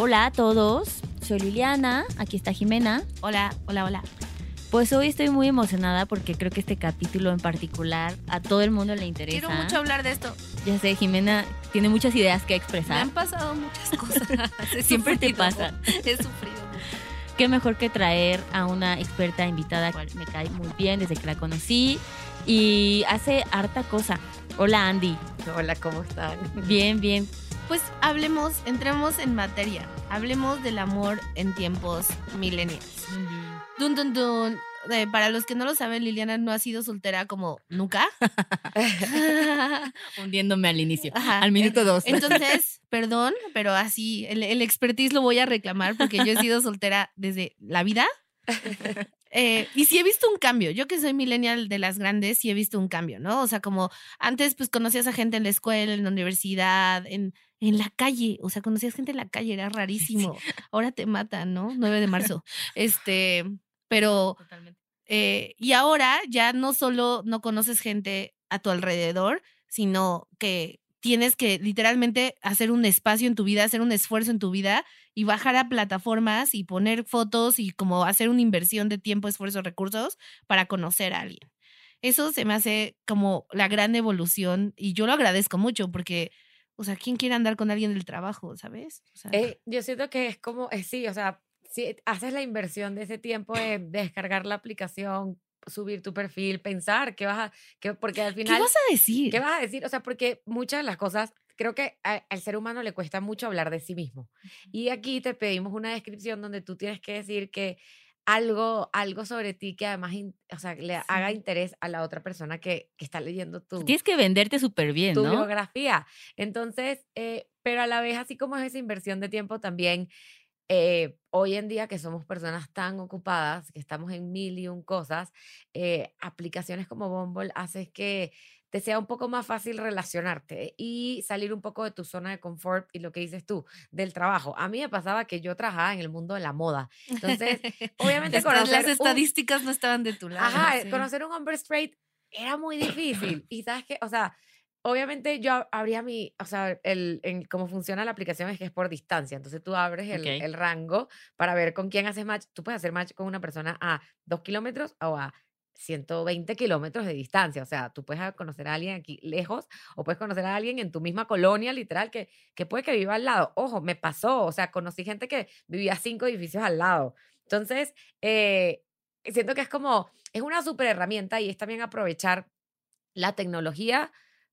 Hola a todos, soy Liliana, aquí está Jimena. Hola. Pues hoy estoy muy emocionada porque creo que este capítulo en particular a todo el mundo le interesa. Quiero mucho hablar de esto. Ya sé, Jimena tiene muchas ideas que Me expresar. han pasado muchas cosas. Siempre te pasa. He sufrido mucho. Qué mejor que traer a una experta invitada, cual me cae muy bien desde que la conocí y hace harta cosa. Hola Andy. Hola, ¿cómo están? Bien. Pues entremos en materia. Hablemos del amor en tiempos millennials. Dun, dun, dun. Para los que no lo saben, Liliana no ha sido soltera como nunca. Hundiéndome al inicio, Ajá. al minuto 2. Entonces, perdón, pero así, el expertise lo voy a reclamar porque yo he sido soltera desde la vida. Y sí he visto un cambio. Yo que soy millennial de las grandes, sí he visto un cambio, ¿no? O sea, como antes, pues conocías a gente en la escuela, en la universidad, en la calle. O sea, conocías gente en la calle, era rarísimo. Sí. Ahora te matan, ¿no? 9 de marzo. Pero... Totalmente. Y ahora ya no solo no conoces gente a tu alrededor, sino que tienes que literalmente hacer un espacio en tu vida, hacer un esfuerzo en tu vida y bajar a plataformas y poner fotos y como hacer una inversión de tiempo, esfuerzo, recursos para conocer a alguien. Eso se me hace como la gran evolución y yo lo agradezco mucho porque, o sea, ¿quién quiere andar con alguien del trabajo, sabes? O sea, Yo siento que es como, sí, o sea, si haces la inversión de ese tiempo de descargar la aplicación, subir tu perfil, pensar porque al final... ¿qué vas a decir? ¿Qué vas a decir? O sea, porque muchas de las cosas, creo que al ser humano le cuesta mucho hablar de sí mismo. Y aquí te pedimos una descripción donde tú tienes que decir que algo sobre ti que además, o sea, le haga interés a la otra persona que está leyendo Tienes que venderte súper bien, tu ¿no? biografía. Entonces, pero a la vez, así como es esa inversión de tiempo también, hoy en día que somos personas tan ocupadas, que estamos en mil y un cosas, aplicaciones como Bumble haces que te sea un poco más fácil relacionarte y salir un poco de tu zona de confort y lo que dices tú, del trabajo. A mí me pasaba que yo trabajaba en el mundo de la moda. Entonces, obviamente las estadísticas no estaban de tu lado. Ajá, Sí. conocer un hombre straight era muy difícil. Y sabes qué, o sea, obviamente yo abría o sea, cómo funciona la aplicación es que es por distancia. Entonces tú abres el rango para ver con quién haces match. Tú puedes hacer match con una persona a 2 kilómetros o a 120 kilómetros de distancia. O sea, tú puedes conocer a alguien aquí lejos o puedes conocer a alguien en tu misma colonia, literal, que puede que viva al lado. Ojo, me pasó. O sea, conocí gente que vivía 5 edificios al lado. Entonces, siento que es una súper herramienta y es también aprovechar la tecnología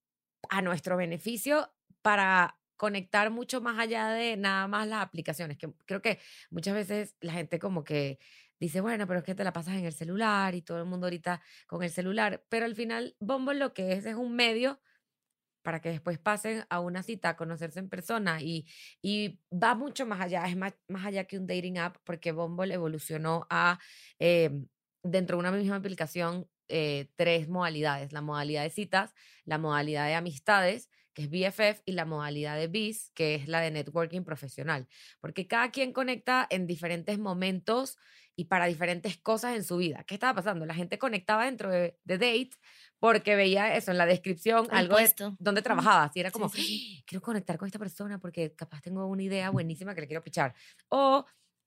a nuestro beneficio para conectar mucho más allá de nada más las aplicaciones, que creo que muchas veces la gente como que dice, bueno, pero es que te la pasas en el celular y todo el mundo ahorita con el celular, pero al final Bumble lo que es un medio para que después pasen a una cita, a conocerse en persona y va mucho más allá, es más allá que un dating app, porque Bumble evolucionó a, dentro de una misma aplicación, 3 modalidades, la modalidad de citas, la modalidad de amistades, que es BFF, y la modalidad de Biz, que es la de networking profesional, porque cada quien conecta en diferentes momentos y para diferentes cosas en su vida. ¿Qué estaba pasando? La gente conectaba dentro de Date porque veía eso en la descripción, algo de dónde trabajabas. Y era como, sí. Quiero conectar con esta persona porque capaz tengo una idea buenísima que le quiero pichar. O...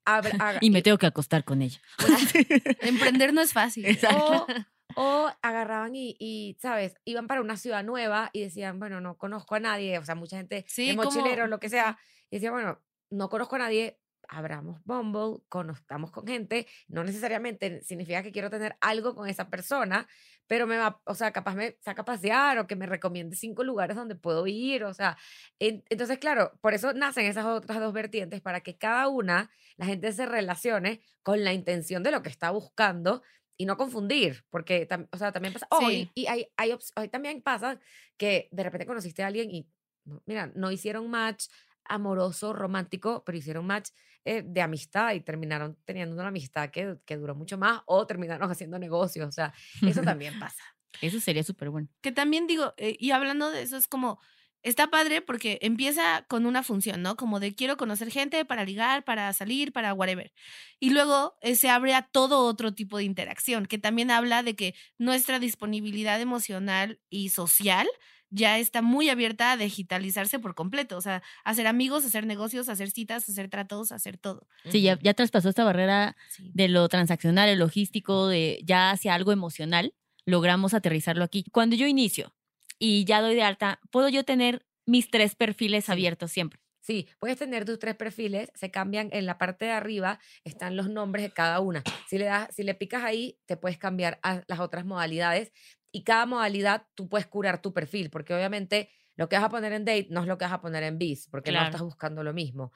y me tengo que acostar con ella. Emprender no es fácil. O agarraban y, ¿sabes? Iban para una ciudad nueva y decían, bueno, no conozco a nadie. O sea, mucha gente de mochilero, lo que sea. Y decía, bueno, no conozco a nadie, abramos Bumble, conozcamos con gente, no necesariamente significa que quiero tener algo con esa persona, pero o sea, capaz me saca a pasear o que me recomiende 5 lugares donde puedo ir, o sea, entonces, claro, por eso nacen esas otras 2 vertientes, para que cada una, la gente se relacione con la intención de lo que está buscando y no confundir, porque, o sea, también pasa, Sí. y hay también pasa que de repente conociste a alguien y, mira, no hicieron match amoroso, romántico, pero hicieron match de amistad y terminaron teniendo una amistad que duró mucho más o terminaron haciendo negocios. O sea, eso también pasa. Eso sería súper bueno. Que también digo, y hablando de eso, es como, está padre porque empieza con una función, ¿no? Como de quiero conocer gente para ligar, para salir, para whatever. Y luego se abre a todo otro tipo de interacción, que también habla de que nuestra disponibilidad emocional y social ya está muy abierta a digitalizarse por completo. O sea, hacer amigos, hacer negocios, hacer citas, hacer tratos, hacer todo. Sí, ya traspasó esta barrera Sí. de lo transaccional, el logístico, de ya hacia algo emocional. Logramos aterrizarlo aquí. Cuando yo inicio y ya doy de alta, ¿puedo yo tener mis 3 perfiles Sí. abiertos siempre? Sí, puedes tener tus 3 perfiles, se cambian en la parte de arriba, están los nombres de cada una. Si le picas ahí, te puedes cambiar a las otras modalidades y cada modalidad tú puedes curar tu perfil, porque obviamente lo que vas a poner en Date no es lo que vas a poner en Biz, porque no Claro. estás buscando lo mismo.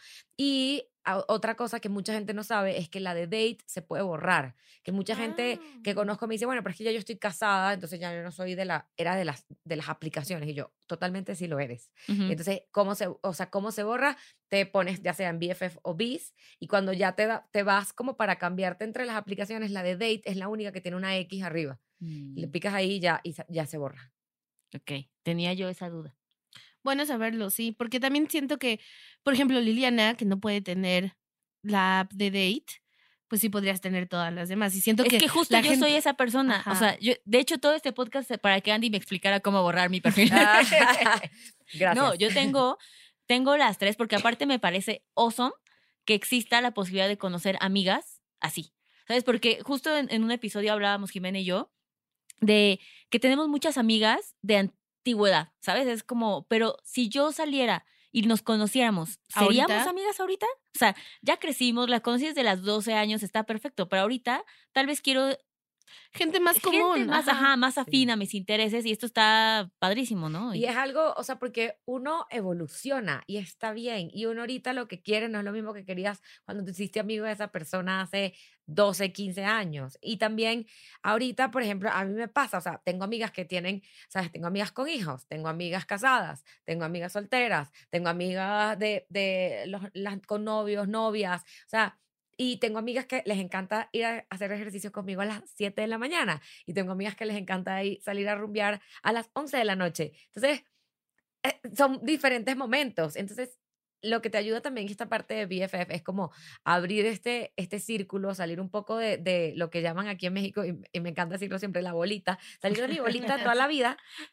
Y otra cosa que mucha gente no sabe es que la de Date se puede borrar, que mucha gente que conozco me dice, bueno, pero es que ya yo estoy casada, entonces ya yo no soy era de las aplicaciones, y yo, totalmente sí lo eres. Ujú. Entonces, ¿cómo se borra? Te pones ya sea en BFF o Biz y cuando ya te vas como para cambiarte entre las aplicaciones, la de Date es la única que tiene una X arriba. Le Mm, picas ahí y ya se borra. ok, tenía yo esa duda. Bueno saberlo, sí, porque también siento que, por ejemplo, Liliana, que no puede tener la app de Date, pues sí podrías tener todas las demás. Y siento Es que justo la yo soy esa persona. O Ajá. sea, de hecho, todo este podcast es para que Andy me explicara cómo borrar mi perfil. Gracias. No, yo tengo las 3 porque aparte me parece awesome que exista la posibilidad de conocer amigas así. ¿Sabes? Porque justo en un episodio hablábamos Jimena y yo de que tenemos muchas amigas de antigüedad, ¿sabes? Es como, pero si yo saliera y nos conociéramos, ¿seríamos ¿Ahorita? amigas ahorita? O sea, ya crecimos, las conocí desde las 12 años, está perfecto, pero ahorita tal vez quiero Gente más común. gente más, más afín a mis intereses y esto está padrísimo, ¿no? Y es algo, o sea, porque uno evoluciona y está bien. Y uno ahorita lo que quiere no es lo mismo que querías cuando te hiciste amigo de esa persona hace 12, 15 años. Y también ahorita, por ejemplo, a mí me pasa, o sea, tengo amigas que tienen, ¿sabes? Tengo amigas con hijos, tengo amigas casadas, tengo amigas solteras, tengo amigas con novios, novias, o sea, y tengo amigas que les encanta ir a hacer ejercicio conmigo a las 7 de la mañana. Y tengo amigas que les encanta salir a rumbear a las 11 de la noche. Entonces, son diferentes momentos. Entonces, lo que te ayuda también esta parte de BFF es como abrir este círculo, salir un poco de lo que llaman aquí en México, y me encanta decirlo siempre, la bolita, salir de mi bolita toda la vida,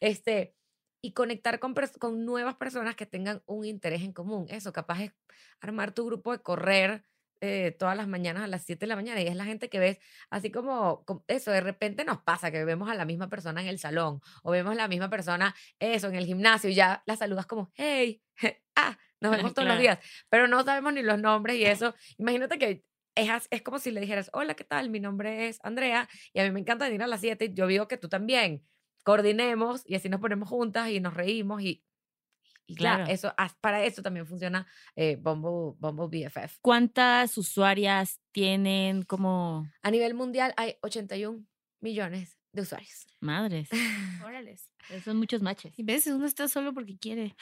y conectar con nuevas personas que tengan un interés en común. Eso, capaz es armar tu grupo de correr todas las mañanas a las 7 de la mañana y es la gente que ves así como eso, de repente nos pasa que vemos a la misma persona en el salón o vemos a la misma persona eso en el gimnasio y ya la saludas como hey, nos vemos todos los Claro. días, pero no sabemos ni los nombres y eso, imagínate que es como si le dijeras, hola, ¿qué tal? Mi nombre es Andrea y a mí me encanta venir a las 7 y yo vivo que tú también, coordinemos y así nos ponemos juntas y nos reímos y Claro. ya, para eso también funciona Bumble BFF. ¿Cuántas usuarias tienen como A nivel mundial hay 81 millones de usuarios. madres? Órales. Son muchos matches. Y ves, uno está solo porque quiere.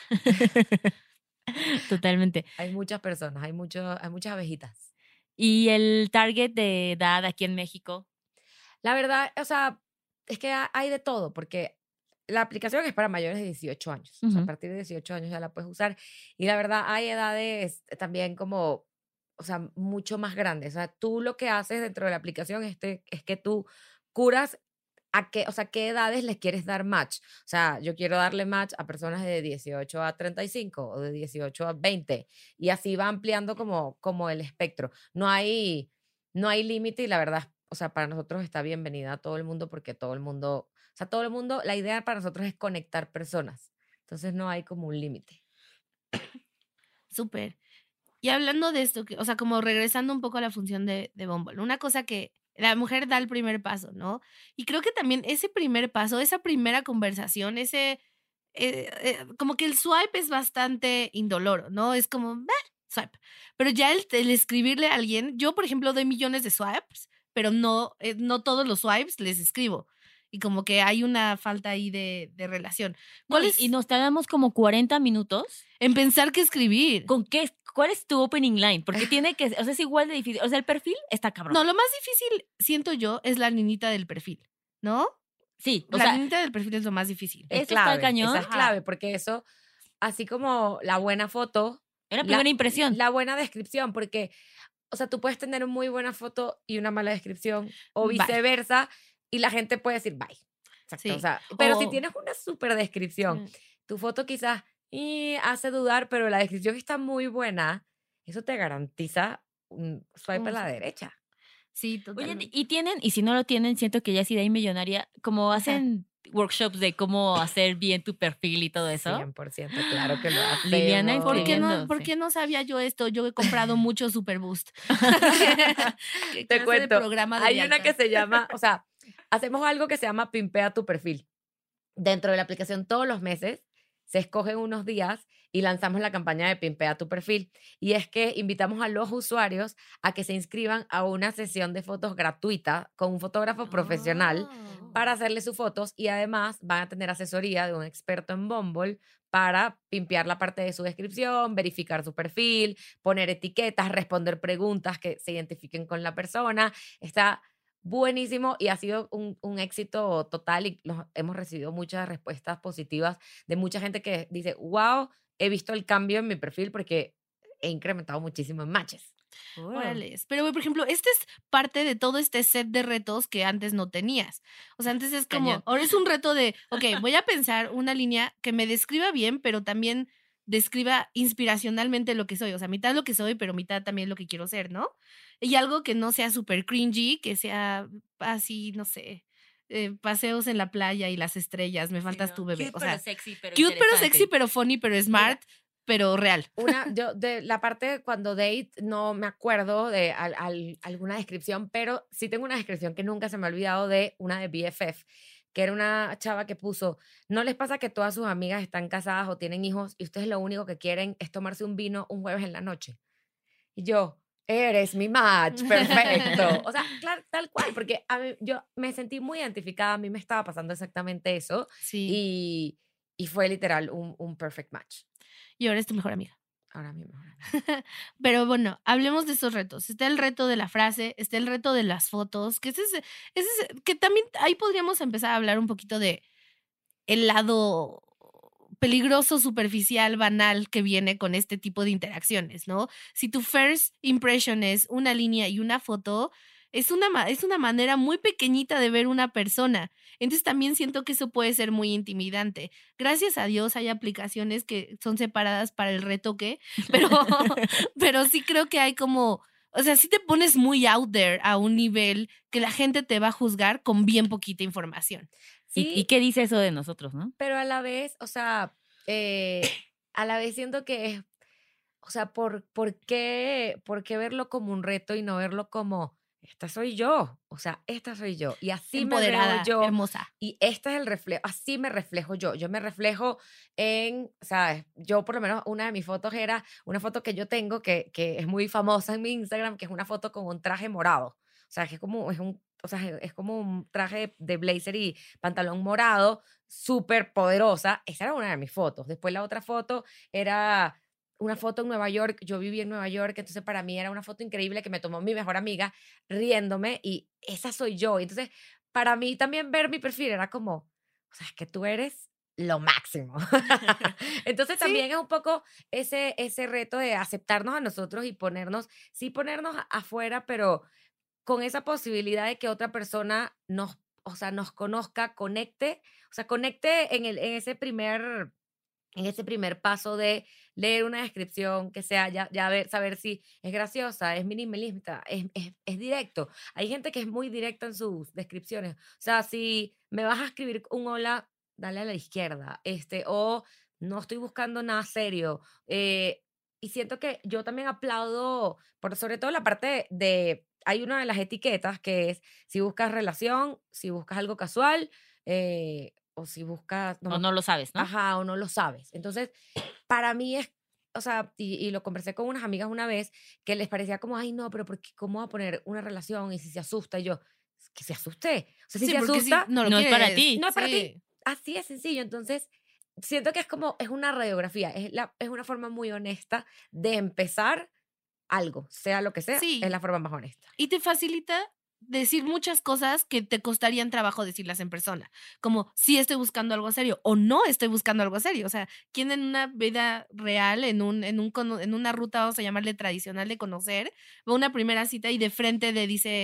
Totalmente. Hay muchas personas, hay muchas abejitas. ¿Y el target de edad aquí en México? La verdad, o sea, es que hay de todo, porque la aplicación es para mayores de 18 años. O sea, a Ujú. partir de 18 años ya la puedes usar. Y la verdad, hay edades también como, o sea, mucho más grandes. O sea, tú lo que haces dentro de la aplicación es que tú curas qué edades les quieres dar match. O sea, yo quiero darle match a personas de 18 a 35 o de 18 a 20. Y así va ampliando como el espectro. No hay límite y la verdad, o sea, para nosotros está bienvenida a todo el mundo porque todo el mundo, la idea para nosotros es conectar personas. Entonces no hay como un límite. Súper. Y hablando de esto, o sea, como regresando un poco a la función de Bumble, una cosa que la mujer da el primer paso, ¿no? Y creo que también ese primer paso, esa primera conversación, como que el swipe es bastante indoloro, ¿no? Es como, swipe. Pero ya el escribirle a alguien, yo, por ejemplo, doy millones de swipes, pero no todos los swipes les escribo. Y como que hay una falta ahí de relación. Y nos tardamos como 40 minutos en pensar qué escribir. ¿Cuál es tu opening line? Porque tiene que, o sea, es igual de difícil. O sea, el perfil está cabrón. No, lo más difícil, siento yo, es la niñita del perfil, ¿no? Sí, o la sea, niñita del perfil es lo más difícil. Eso clave, está cañón. esa es clave, porque eso, así como la buena foto, es la primera impresión. La buena descripción, porque, o sea, tú puedes tener una muy buena foto y una mala descripción, o viceversa, y la gente puede decir bye. Exacto. Sí. O sea, pero si tienes una súper descripción tu foto quizás hace dudar, pero la descripción está muy buena, eso te garantiza un swipe a la derecha. Sí, Oye, totalmente. y tienen, y si no lo tienen, siento que ya es idea millonaria, como hacen workshops de cómo hacer bien tu perfil y todo eso. 100%, claro que lo hacemos. Liliana ¿Por escribiendo. qué no sabía yo esto? Yo he comprado mucho Superboost. ¿Qué Te clase de cuento, programa de hay una que lealtad? se llama, o sea, hacemos algo que se llama Pimpea tu perfil. Dentro de la aplicación todos los meses se escogen unos días y lanzamos la campaña de Pimpea tu perfil. Y es que invitamos a los usuarios a que se inscriban a una sesión de fotos gratuita con un fotógrafo profesional para hacerle sus fotos y además van a tener asesoría de un experto en Bumble para pimpear la parte de su descripción, verificar su perfil, poner etiquetas, responder preguntas que se identifiquen con la persona. Está buenísimo y ha sido un éxito total y hemos recibido muchas respuestas positivas de mucha gente que dice, wow, he visto el cambio en mi perfil porque he incrementado muchísimo en matches. Órales. Pero, por ejemplo, este es parte de todo este set de retos que antes no tenías. O sea, antes es como, Cañón. ahora es un reto de, ok, voy a pensar una línea que me describa bien, pero también describa inspiracionalmente lo que soy. O sea, mitad lo que soy, pero mitad también lo que quiero ser, ¿no? Y algo que no sea súper cringy, que sea así, no sé, paseos en la playa y las estrellas, me faltas tu bebé. Cute, O sea, pero sexy, pero cute, pero interesante. sexy, pero funny, pero smart, pero real. Yo de la parte cuando date no me acuerdo de alguna descripción, pero sí tengo una descripción que nunca se me ha olvidado de una de BFF, que era una chava que puso, ¿no les pasa que todas sus amigas están casadas o tienen hijos y ustedes lo único que quieren es tomarse un vino un jueves en la noche? Y yo, eres mi match, perfecto. O sea, claro, tal cual, porque yo me sentí muy identificada, a mí me estaba pasando exactamente eso Sí. y fue literal un perfect match. Y ahora es tu mejor amiga. Ahora mi mejor amiga. Pero bueno, hablemos de esos retos. Está el reto de la frase, está el reto de las fotos, que que también ahí podríamos empezar a hablar un poquito de el lado peligroso, superficial, banal que viene con este tipo de interacciones, ¿no? Si tu first impression es una línea y una foto, es una manera muy pequeñita de ver una persona. Entonces también siento que eso puede ser muy intimidante. Gracias a Dios hay aplicaciones que son separadas para el retoque, pero, pero sí creo que hay como, o sea, sí te pones muy out there a un nivel que la gente te va a juzgar con bien poquita información. Sí, ¿Y qué dice eso de nosotros, no? pero a la vez, o sea, a la vez siento que es, o sea, ¿por qué verlo como un reto y no verlo como, esta soy yo? O sea, esta soy yo. Y así me veo Empoderada, yo. hermosa. Y este es el reflejo, así me reflejo yo. Yo me reflejo ¿sabes? Yo por lo menos una de mis fotos era una foto que yo tengo que es muy famosa en mi Instagram, que es una foto con un traje morado. O sea, que es como un traje de blazer y pantalón morado, súper poderosa. Esa era una de mis fotos. Después la otra foto era una foto en Nueva York. Yo viví en Nueva York, entonces para mí era una foto increíble que me tomó mi mejor amiga riéndome y esa soy yo. Y entonces, para mí también ver mi perfil era como, o sea, es que tú eres lo máximo. Entonces también es un poco ese reto de aceptarnos a nosotros y ponernos afuera, pero con esa posibilidad de que otra persona o sea, nos conozca, conecte, o sea, conecte en ese primer paso de leer una descripción que sea saber si es graciosa, es minimalista, es directo. Hay gente que es muy directa en sus descripciones. O sea, si me vas a escribir un hola, dale a la izquierda, o no estoy buscando nada serio. Y siento que yo también aplaudo, sobre todo la parte hay una de las etiquetas que es si buscas relación, si buscas algo casual, o si buscas, O no lo sabes, ¿no? ajá, o no lo sabes. Entonces, para mí es, o sea, y lo conversé con unas amigas una vez, que les parecía como, ay, no, pero ¿cómo va a poner una relación? Y si se asusta, y yo, que se asuste. O sea, si se porque asusta, no No es para ti. no es para ti. Así es sencillo. Entonces, siento que es una radiografía, es una forma muy honesta de empezar algo, sea lo que sea, Sí. es la forma más honesta. Y te facilita decir muchas cosas que te costarían trabajo decirlas en persona, como si estoy buscando algo serio o no estoy buscando algo serio. O sea, ¿quién en una vida real, en una ruta, vamos a llamarle tradicional de conocer, va a una primera cita y de frente le dice,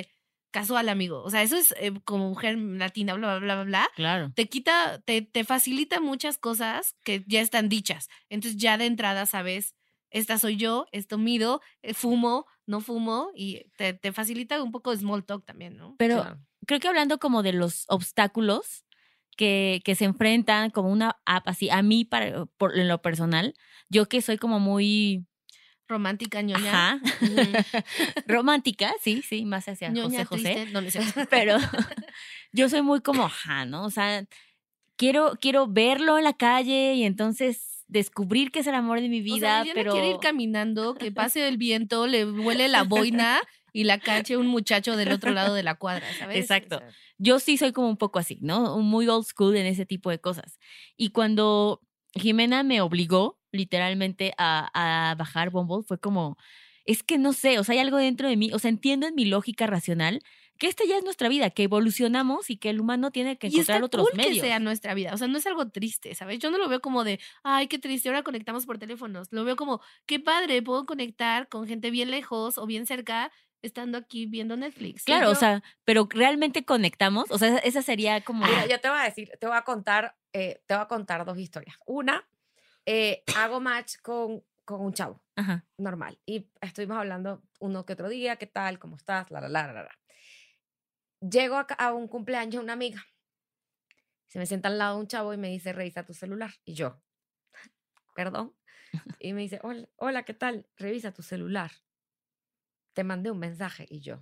casual, amigo. O sea, eso es como mujer latina, bla, bla, bla, bla, bla. Claro. Te facilita muchas cosas que ya están dichas. Entonces ya de entrada sabes, esta soy yo, esto mido, fumo, no fumo, y te facilita un poco de small talk también, ¿no? Pero Claro. creo que hablando como de los obstáculos que se enfrentan como una app así, a mí en lo personal, yo que soy como muy... Romántica, ñoña. Ajá. Romántica, sí, más hacia ñoña, José. triste. No, no es cierto. Pero yo soy muy como, ¿no? O sea, quiero verlo en la calle y entonces descubrir que es el amor de mi vida, O sea, Liliana pero... quiere ir caminando, que pase el viento, le huele la boina y la cache un muchacho del otro lado de la cuadra, ¿sabes? Exacto. O sea, Yo sí soy como un poco así, ¿no? Muy old school en ese tipo de cosas. Y cuando Jimena me obligó literalmente a bajar Bumble, fue como, es que no sé, o sea, hay algo dentro de mí, o sea, entiendo en mi lógica racional que esta ya es nuestra vida, que evolucionamos y que el humano tiene que y encontrar está otros cool medios. que sea nuestra vida. O sea, no es algo triste, ¿sabes? Yo no lo veo como de, ay, qué triste, ahora conectamos por teléfonos. Lo veo como, qué padre, puedo conectar con gente bien lejos o bien cerca estando aquí viendo Netflix. Claro, o sea, pero realmente conectamos, o sea, esa sería como... Mira, yo te voy a decir, te voy a contar 2 historias. Una, hago match con un chavo, Ajá. normal, y estuvimos hablando uno que otro día, ¿qué tal? ¿Cómo estás? La. Llego a un cumpleaños de una amiga, se me sienta al lado de un chavo y me dice, revisa tu celular. Y yo, perdón. Y me dice, hola, ¿qué tal? Revisa tu celular. Te mandé un mensaje. Y yo,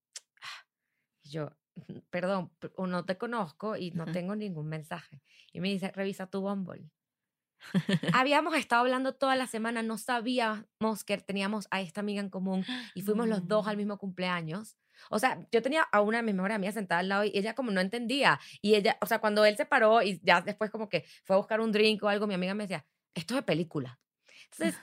perdón, o no te conozco y no tengo ningún mensaje. Y me dice, revisa tu Bumble. Habíamos estado hablando toda la semana, no sabíamos que teníamos a esta amiga en común y fuimos los dos al mismo cumpleaños. O sea, yo tenía a una de mis mejores amigas sentada al lado y ella como no entendía. Y ella, o sea, cuando él se paró y ya después como que fue a buscar un drink o algo, mi amiga me decía, esto es de película. Entonces,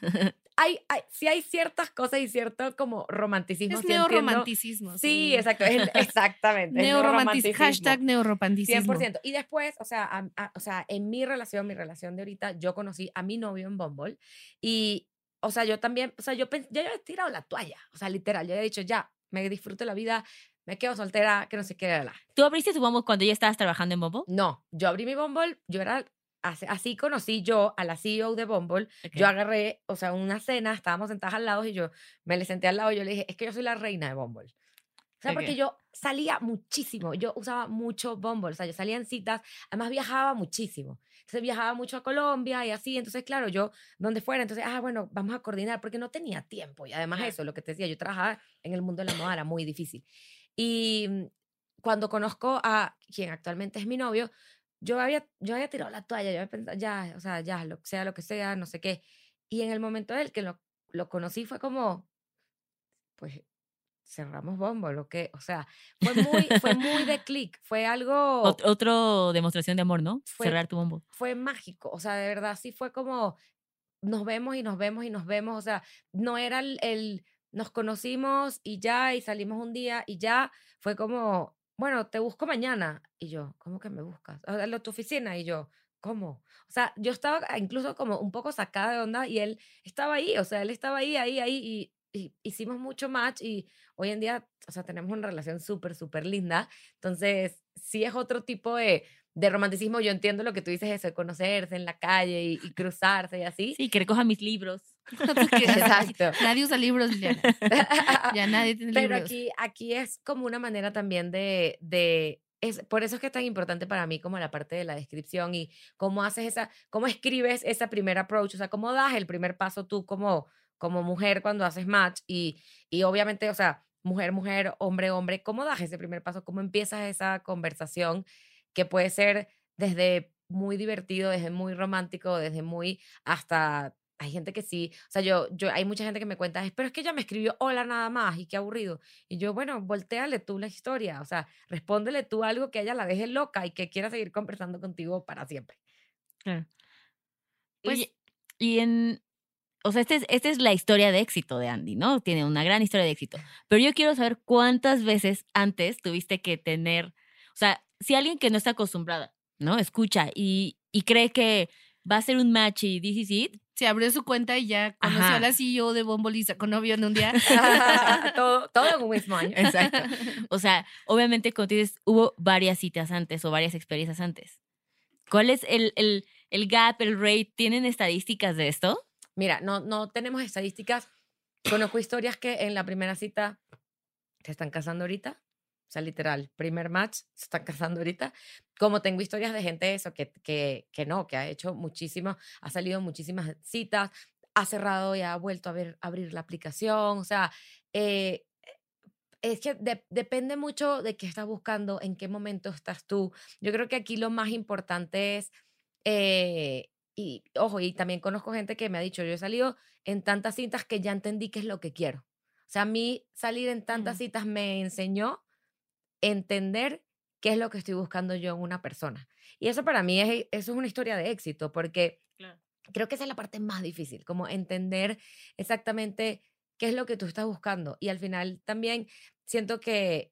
sí hay ciertas cosas y cierto como romanticismo. Es sí neorromanticismo. Sí, exacto, exactamente. Es Neorromanticismo. Hashtag neorromanticismo. 100%. Y después, o sea, en mi relación de ahorita, yo conocí a mi novio en Bumble y, o sea, yo también, o sea, ya había tirado la toalla, o sea, literal, yo había dicho, ya, me disfruto la vida, me quedo soltera, que no sé qué, ¿Tú abriste tu Bumble cuando ya estabas trabajando en Bumble? No, yo abrí mi Bumble, yo era, así conocí yo a la CEO de Bumble, Ok. yo agarré, o sea, una cena, estábamos sentadas al lado y yo me le senté al lado y yo le dije, es que yo soy la reina de Bumble. O sea, porque Ok. yo salía muchísimo, yo usaba mucho Bumble, o sea, yo salía en citas, además viajaba muchísimo. Entonces viajaba mucho a Colombia y así, entonces claro, yo donde fuera, entonces, bueno, vamos a coordinar, porque no tenía tiempo. Y además eso, lo que te decía, yo trabajaba en el mundo de la moda, era muy difícil. Y cuando conozco a quien actualmente es mi novio, yo había tirado la toalla, yo había pensado, ya, o sea, ya, sea lo que sea, no sé qué. Y en el momento del que lo conocí fue como, pues cerramos Bumble, ¿o qué? O sea, fue muy de clic, fue algo, Otro demostración de amor, ¿no? fue, Cerrar tu Bumble. fue mágico, o sea, de verdad sí fue como, nos vemos y nos vemos y nos vemos, o sea, no era nos conocimos y ya, y salimos un día y ya, fue como, bueno, te busco mañana, y yo, ¿cómo que me buscas? A tu oficina, y yo, ¿cómo? O sea, yo estaba incluso como un poco sacada de onda y él estaba ahí, o sea, él estaba ahí, y hicimos mucho match y hoy en día, o sea, tenemos una relación súper, súper linda. Entonces, sí es otro tipo de romanticismo. Yo entiendo lo que tú dices, eso de conocerse en la calle y cruzarse y así. Sí, que recoja mis libros. Exacto. Nadie usa libros, Liliana. Ya nadie tiene Pero libros. aquí es como una manera también por eso es que es tan importante para mí como la parte de la descripción y cómo cómo escribes esa primera approach, o sea, cómo das el primer paso tú como mujer cuando haces match y obviamente, o sea, mujer, mujer, hombre, hombre, ¿cómo das ese primer paso? ¿Cómo empiezas esa conversación que puede ser desde muy divertido, desde muy romántico, desde muy hasta hay gente que sí, o sea, hay mucha gente que me cuenta, pero es que ella me escribió hola nada más y qué aburrido. Y yo, bueno, volteale tú la historia, o sea, respóndele tú algo que a ella la deje loca y que quiera seguir conversando contigo para siempre. Claro. Pues, Oye, o sea, esta es la historia de éxito de Andy, ¿no? Tiene una gran historia de éxito. Pero yo quiero saber cuántas veces antes tuviste que tener, o sea, si alguien que no está acostumbrada, ¿no? Escucha y cree que va a ser un match y this is it. Se abrió su cuenta y ya conoció a la CEO de Bumble y sacó novio en un día. todo en un mismo año. Exacto. O sea, obviamente, como tú dices, hubo varias citas antes o varias experiencias antes. ¿Cuál es el gap, el rate? ¿Tienen estadísticas de esto? Mira, no tenemos estadísticas. Conozco historias que en la primera cita se están casando ahorita. O sea, literal, primer match, se están casando ahorita. Como tengo historias de gente eso, que ha hecho muchísimo, ha salido muchísimas citas, ha cerrado y ha vuelto a abrir la aplicación. O sea, es que depende mucho de qué estás buscando, en qué momento estás tú. Yo creo que aquí lo más importante es, y ojo, y también conozco gente que me ha dicho, yo he salido en tantas citas que ya entendí qué es lo que quiero. O sea, a mí salir en tantas citas me enseñó entender qué es lo que estoy buscando yo en una persona. Y eso para mí eso es una historia de éxito, porque creo que esa es la parte más difícil, como entender exactamente qué es lo que tú estás buscando. Y al final también siento que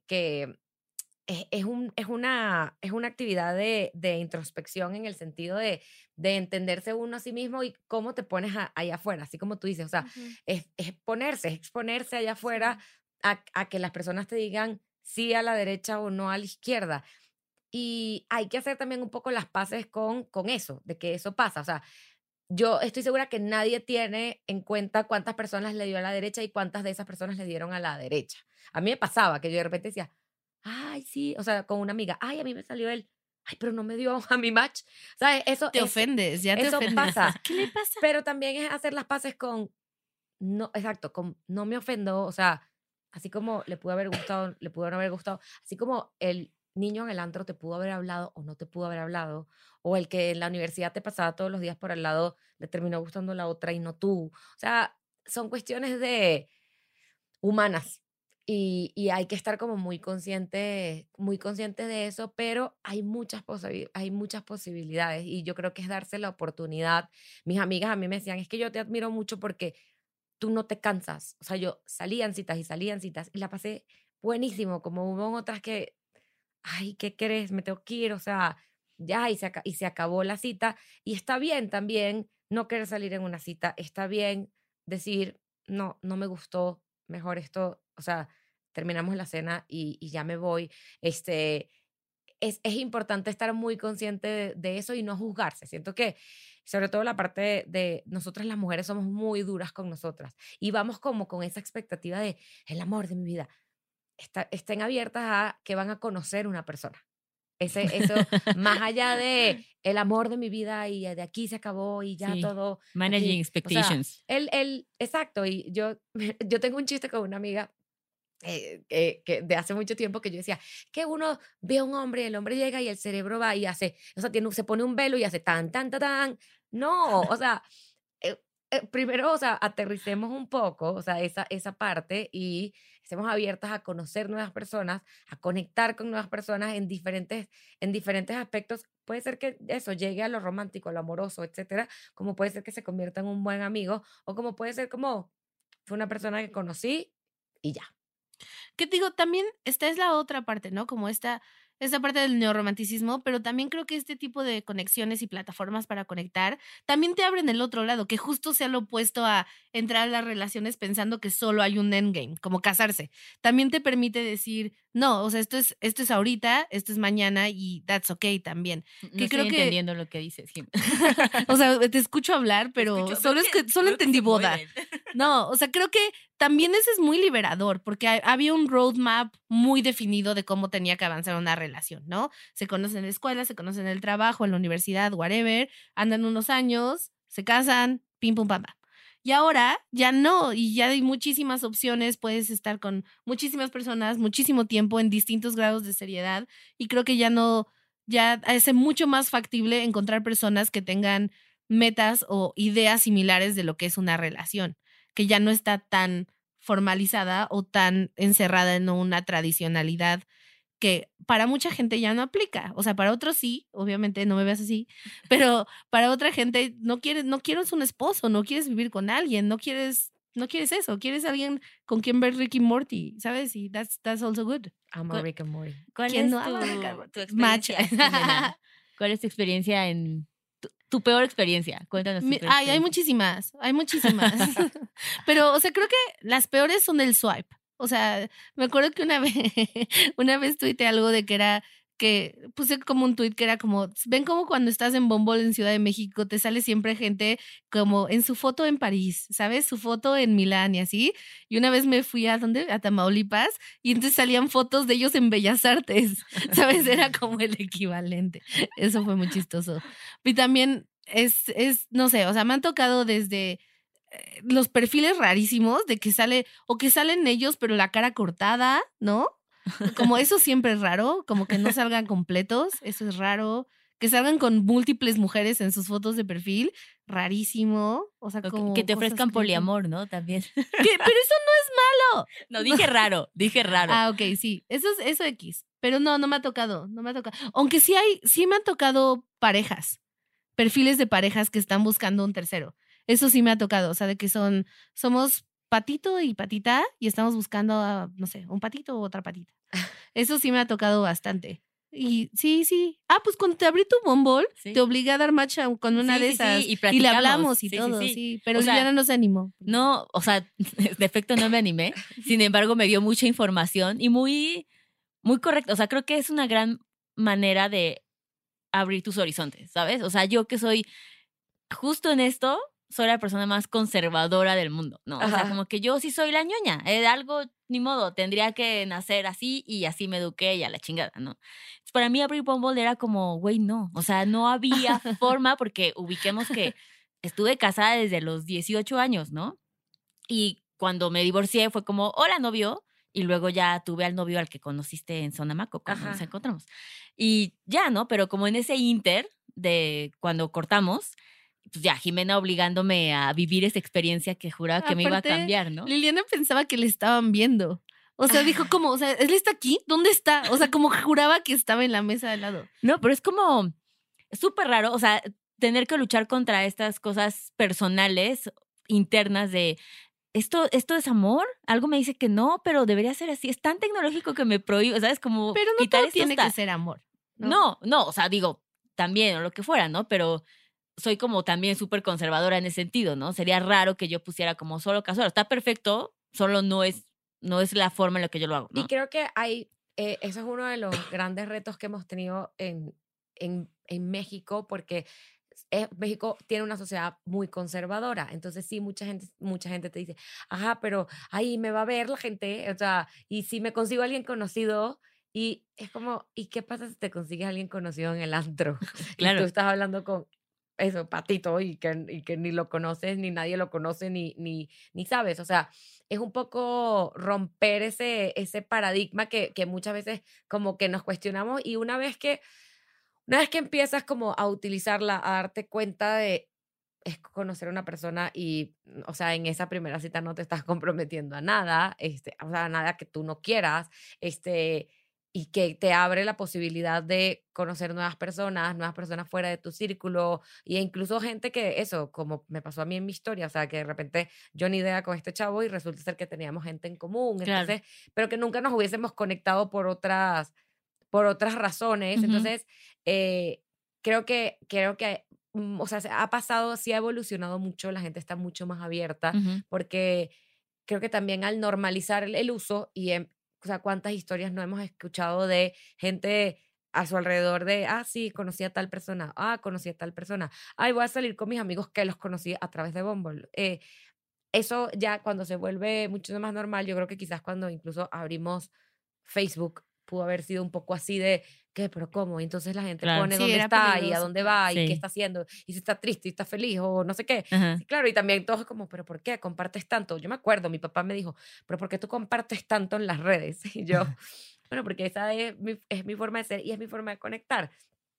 es una actividad de introspección en el sentido de entenderse uno a sí mismo y cómo te pones allá afuera, así como tú dices, o sea, es exponerse allá afuera a que las personas te digan sí a la derecha o no a la izquierda. Y hay que hacer también un poco las paces con eso, de que eso pasa. O sea, yo estoy segura que nadie tiene en cuenta cuántas personas le dio a la derecha y cuántas de esas personas le dieron a la derecha. A mí me pasaba que yo de repente decía, ay, sí, o sea, con una amiga, ay, a mí me salió él, ay, pero no me dio a mi match. ¿Sabes? Te ofendes, ya te ofendes. Pasa. ¿Qué le pasa? Pero también es hacer las paces con, no, exacto, con no me ofendo, o sea, así como le pudo haber gustado, le pudo no haber gustado, así como el niño en el antro te pudo haber hablado o no te pudo haber hablado, o el que en la universidad te pasaba todos los días por al lado, le terminó gustando la otra y no tú. O sea, son cuestiones humanas. Y hay que estar como muy consciente de eso, pero hay muchas posibilidades y yo creo que es darse la oportunidad. Mis amigas a mí me decían, es que yo te admiro mucho porque tú no te cansas. O sea, yo salían citas y la pasé buenísimo, como hubo otras que, ay, ¿qué crees? Me tengo que ir, o sea, ya, y se acabó la cita. Y está bien también no querer salir en una cita, está bien decir, no me gustó, mejor esto, o sea, terminamos la cena y ya me voy. Es importante estar muy consciente de eso y no juzgarse. Siento que, sobre todo la parte de nosotras las mujeres, somos muy duras con nosotras y vamos como con esa expectativa de el amor de mi vida. Estén abiertas a que van a conocer una persona. Eso, más allá de el amor de mi vida y de aquí se acabó y ya todo. Managing aquí. expectations. O sea, exacto. Y yo tengo un chiste con una amiga que de hace mucho tiempo que yo decía que uno ve a un hombre y el hombre llega y el cerebro va y hace, o sea, se pone un velo y hace tan, tan, tan, tan. No, o sea, primero, o sea, aterricemos un poco, o sea, esa parte y estemos abiertas a conocer nuevas personas, a conectar con nuevas personas en diferentes aspectos. Puede ser que eso llegue a lo romántico, a lo amoroso, etcétera, como puede ser que se convierta en un buen amigo o como puede ser como fue una persona que conocí y ya. Que digo, también esta es la otra parte, ¿no? Como esta parte del neorromanticismo, pero también creo que este tipo de conexiones y plataformas para conectar también te abren el otro lado, que justo sea lo opuesto a entrar a las relaciones pensando que solo hay un endgame, como casarse. También te permite decir, no, o sea, esto es ahorita, esto es mañana y that's okay también. No estoy entendiendo lo que dices, Jim. O sea, te escucho hablar, pero solo entendí boda. No, o sea, creo que también eso es muy liberador, porque había un roadmap muy definido de cómo tenía que avanzar una relación, ¿no? Se conocen en la escuela, se conocen en el trabajo, en la universidad, whatever, andan unos años, se casan, pim, pum, pam, pam. Y ahora ya no, y ya hay muchísimas opciones, puedes estar con muchísimas personas, muchísimo tiempo en distintos grados de seriedad, y creo que ya es mucho más factible encontrar personas que tengan metas o ideas similares de lo que es una relación, que ya no está tan formalizada o tan encerrada en una tradicionalidad que para mucha gente ya no aplica. O sea, para otros sí, obviamente no me veas así, pero para otra gente no quieres un esposo, no quieres vivir con alguien, no quieres eso, quieres alguien con quien ver Rick y Morty, ¿sabes? Y that's also good. Amo Rick and Morty. ¿Cuál es tu experiencia? ¿Cuál es tu experiencia tu peor experiencia. Cuéntanos. Hay muchísimas. Pero, o sea, creo que las peores son el swipe. O sea, me acuerdo que una vez tuiteé algo de que puse como un tuit que era como, ven como cuando estás en Bumble en Ciudad de México, te sale siempre gente como en su foto en París, ¿sabes? Su foto en Milán y así. Y una vez me fui a Tamaulipas, y entonces salían fotos de ellos en Bellas Artes, ¿sabes? Era como el equivalente. Eso fue muy chistoso. Y también no sé, o sea, me han tocado desde los perfiles rarísimos de que salen ellos, pero la cara cortada, ¿no? Como eso siempre es raro, como que no salgan completos, eso es raro. Que salgan con múltiples mujeres en sus fotos de perfil, rarísimo. O sea, como que te ofrezcan poliamor, ¿no? También. Pero eso no es malo. No, dije raro. Ah, ok, sí. Eso X. Pero no me ha tocado. Aunque sí me han tocado perfiles de parejas que están buscando un tercero. Eso sí me ha tocado. O sea, de que somos patito y patita y estamos buscando, no sé, un patito u otra patita. Eso sí me ha tocado bastante. Y sí. Pues cuando te abrí tu Bumble, te obligué a dar match con una de esas. Sí, y le hablamos y todo, sí. Pero Liliana no se animó. No, o sea, de efecto no me animé. Sin embargo, me dio mucha información y muy, muy correcta. O sea, creo que es una gran manera de abrir tus horizontes, ¿sabes? O sea, yo que soy justo en esto, soy la persona más conservadora del mundo, ¿no? O sea, como que yo sí soy la ñoña, algo, ni modo, tendría que nacer así y así me eduqué y a la chingada, ¿no? Para mí abrir Bumble era como, güey, no, o sea, no había forma porque ubiquemos que estuve casada desde los 18 años, ¿no? Y cuando me divorcié fue como, hola, novio, y luego ya tuve al novio al que conociste en Sonamaco cuando nos encontramos. Y ya, ¿no? Pero como en ese inter de cuando cortamos, pues ya, Jimena obligándome a vivir esa experiencia que juraba que me iba a cambiar, ¿no? Liliana pensaba que le estaban viendo. O sea, dijo como, o sea, ¿él está aquí? ¿Dónde está? O sea, como juraba que estaba en la mesa de al lado. No, pero es como súper raro, o sea, tener que luchar contra estas cosas personales, internas de, ¿esto es amor? Algo me dice que no, pero debería ser así. Es tan tecnológico que me prohíbe, ¿sabes? Como pero no todo tiene que ser amor. No, o sea, digo, también, o lo que fuera, ¿no? Pero soy como también súper conservadora en ese sentido, ¿no? Sería raro que yo pusiera como solo casual. Está perfecto, solo no es la forma en la que yo lo hago, ¿no? Y creo que eso es uno de los grandes retos que hemos tenido en México, porque México tiene una sociedad muy conservadora. Entonces sí, mucha gente te dice, ajá, pero ahí me va a ver la gente, o sea, y si me consigo a alguien conocido, y es como, ¿y qué pasa si te consigues a alguien conocido en el antro? Claro. Y tú estás hablando con eso, patito, y que ni lo conoces, ni nadie lo conoce, ni sabes. O sea, es un poco romper ese paradigma que muchas veces como que nos cuestionamos, y una vez que empiezas como a utilizarla, a darte cuenta de es conocer a una persona y, o sea, en esa primera cita no te estás comprometiendo a nada, o sea, a nada que tú no quieras, y que te abre la posibilidad de conocer nuevas personas fuera de tu círculo, e incluso gente que, eso, como me pasó a mí en mi historia, o sea, que de repente yo ni idea con este chavo y resulta ser que teníamos gente en común, Claro. entonces, pero que nunca nos hubiésemos conectado por otras razones. Ujú. Entonces, creo que, o sea, ha pasado, sí ha evolucionado mucho, la gente está mucho más abierta, Ujú. porque creo que también al normalizar el uso, y o sea, cuántas historias no hemos escuchado de gente a su alrededor de, sí, conocí a tal persona, conocí a tal persona, voy a salir con mis amigos que los conocí a través de Bumble. Eso ya cuando se vuelve mucho más normal, yo creo que quizás cuando incluso abrimos Facebook, pudo haber sido un poco así de, ¿qué? ¿Pero cómo? Y entonces la gente Claro. pone Sí, dónde era está y a peligroso, dónde va y Sí. qué está haciendo y si está triste y está feliz o no sé qué. Ajá. Sí, claro, y también todos como, ¿pero por qué compartes tanto? Yo me acuerdo, mi papá me dijo, ¿pero por qué tú compartes tanto en las redes? Y yo, bueno, porque esa es mi forma de ser y es mi forma de conectar.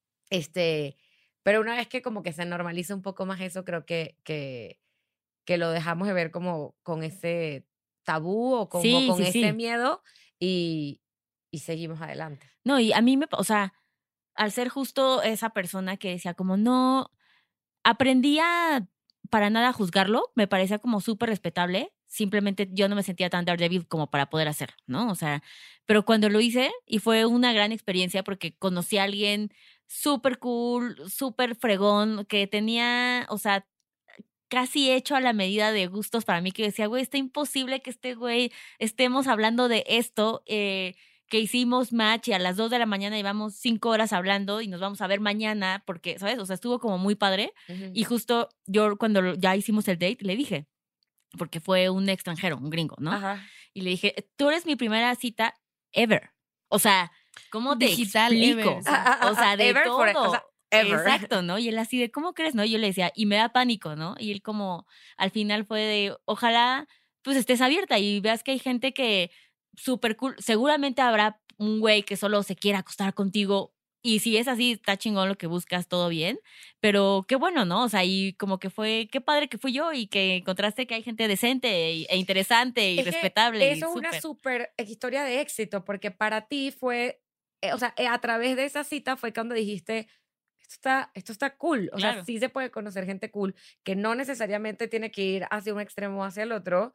Pero una vez que como que se normaliza un poco más eso, creo que lo dejamos de ver como con ese tabú o como Sí, con sí, ese sí. miedo y seguimos adelante. No, y a mí o sea, al ser justo esa persona que decía como no, aprendí a para nada juzgarlo, me parecía como súper respetable, simplemente yo no me sentía tan Daredevil como para poder hacerlo, ¿no? O sea, pero cuando lo hice, y fue una gran experiencia porque conocí a alguien súper cool, súper fregón, que tenía, o sea, casi hecho a la medida de gustos para mí, que decía, güey, está imposible que este güey estemos hablando de esto, que hicimos match y a las 2 de la mañana llevamos 5 horas hablando y nos vamos a ver mañana porque, ¿sabes? O sea, estuvo como muy padre. Y justo yo cuando ya hicimos el date le dije, porque fue un extranjero, un gringo, ¿no? Ajá. Y le dije, tú eres mi primera cita ever. O sea, ¿cómo te Digital explico? ever, sí. O sea, de Ever todo. o sea, ever. Exacto, ¿no? Y él así de, ¿cómo crees? ¿No? Yo le decía, y me da pánico, ¿no? Y él como, al final fue de, ojalá, pues estés abierta y veas que hay gente que súper cool. Seguramente habrá un güey que solo se quiera acostar contigo. Y si es así, está chingón lo que buscas, todo bien. Pero qué bueno, ¿no? O sea, y como que fue, qué padre que fui yo y que encontraste que hay gente decente e interesante y Es que respetable. eso es una súper historia de éxito, porque para ti fue, o sea, a través de esa cita fue cuando dijiste, esto está cool. O Claro. sea, sí se puede conocer gente cool, que no necesariamente tiene que ir hacia un extremo o hacia el otro.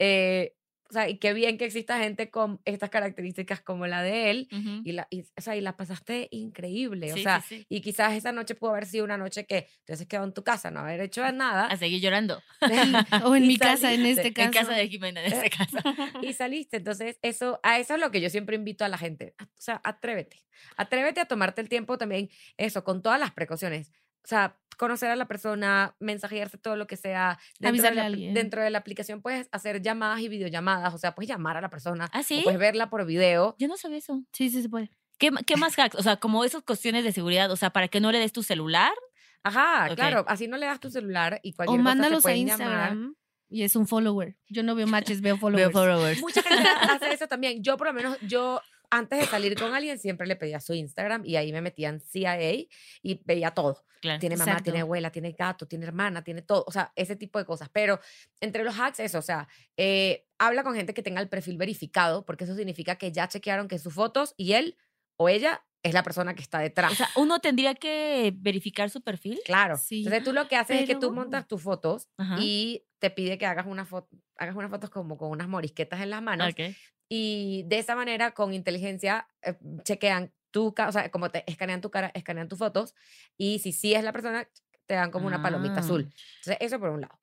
O sea, y qué bien que exista gente con estas características como la de él. Ujú. O sea, y la pasaste increíble. O Sí, sea, sí, sí. y quizás esa noche pudo haber sido una noche que te has quedado en tu casa, no haber hecho nada. A seguir llorando. O en Y mi casa, en saliste. este caso. En casa de Jimena, en este caso. Y saliste. Entonces, a eso es lo que yo siempre invito a la gente. O sea, atrévete. Atrévete a tomarte el tiempo también, eso, con todas las precauciones. O sea, conocer a la persona, mensajearse todo lo que sea. Avisarle a alguien. Dentro de la aplicación puedes hacer llamadas y videollamadas. O sea, puedes llamar a la persona. ¿Ah, sí? O puedes verla por video. Yo no sabía eso. Sí, sí se puede. ¿Qué más hacks? O sea, como esas cuestiones de seguridad, o sea, para que no le des tu celular. Ajá, Ok. claro. Así no le das tu celular y O cualquier cosa mándalos se a pueden llamar. Instagram y es un follower. Yo no veo matches, veo followers. Veo followers. Mucha gente hace eso también. Yo, por lo menos, antes de salir con alguien, siempre le pedía su Instagram y ahí me metía en CIA y veía todo. Claro. Tiene mamá, Exacto. tiene abuela, tiene gato, tiene hermana, tiene todo. O sea, ese tipo de cosas. Pero entre los hacks, eso, o sea, habla con gente que tenga el perfil verificado, porque eso significa que ya chequearon que sus fotos y él o ella es la persona que está detrás. O sea, uno tendría que verificar su perfil. Claro. Sí, Entonces tú lo que haces es que tú pero- montas tus fotos Ajá. y te pide que hagas unas fotos como con unas morisquetas en las manos. Ok. Y de esa manera, con inteligencia, chequean o sea, como te escanean tu cara, escanean tus fotos. Y si sí es la persona, te dan como una palomita azul. Entonces, eso por un lado.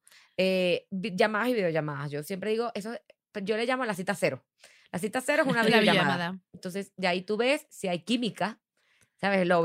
Llamadas y videollamadas. Yo siempre digo, eso, yo le llamo la cita cero. La cita cero es una La videollamada. videollamada. Entonces, de ahí tú ves si hay química. ¿Sabes? Lo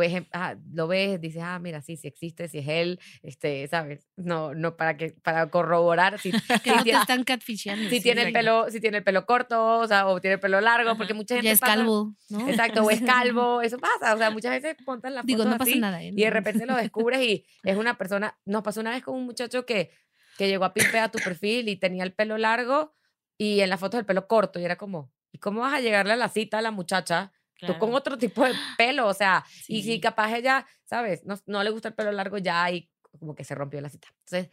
ves, dices, mira, sí existe, si es él, ¿sabes? No, para corroborar si, Que no te están catfisheando. si sí, tiene el exacto. pelo corto, o sea, o tiene el pelo largo, porque Ajá. mucha gente Ya es pasa- calvo, ¿no? Exacto, o es calvo, eso pasa, o sea, muchas veces montan las Digo, fotos no pasa así nada. ¿eh? y de repente lo descubres y es una persona, nos pasó una vez con un muchacho que llegó a pimpear a tu perfil y tenía el pelo largo y en las fotos el pelo corto y era como, ¿y cómo vas a llegarle a la cita a la muchacha? Tú con Claro. otro tipo de pelo, o sea, y Sí. si capaz ella, ¿sabes? No le gusta el pelo largo ya y como que se rompió la cita. Entonces,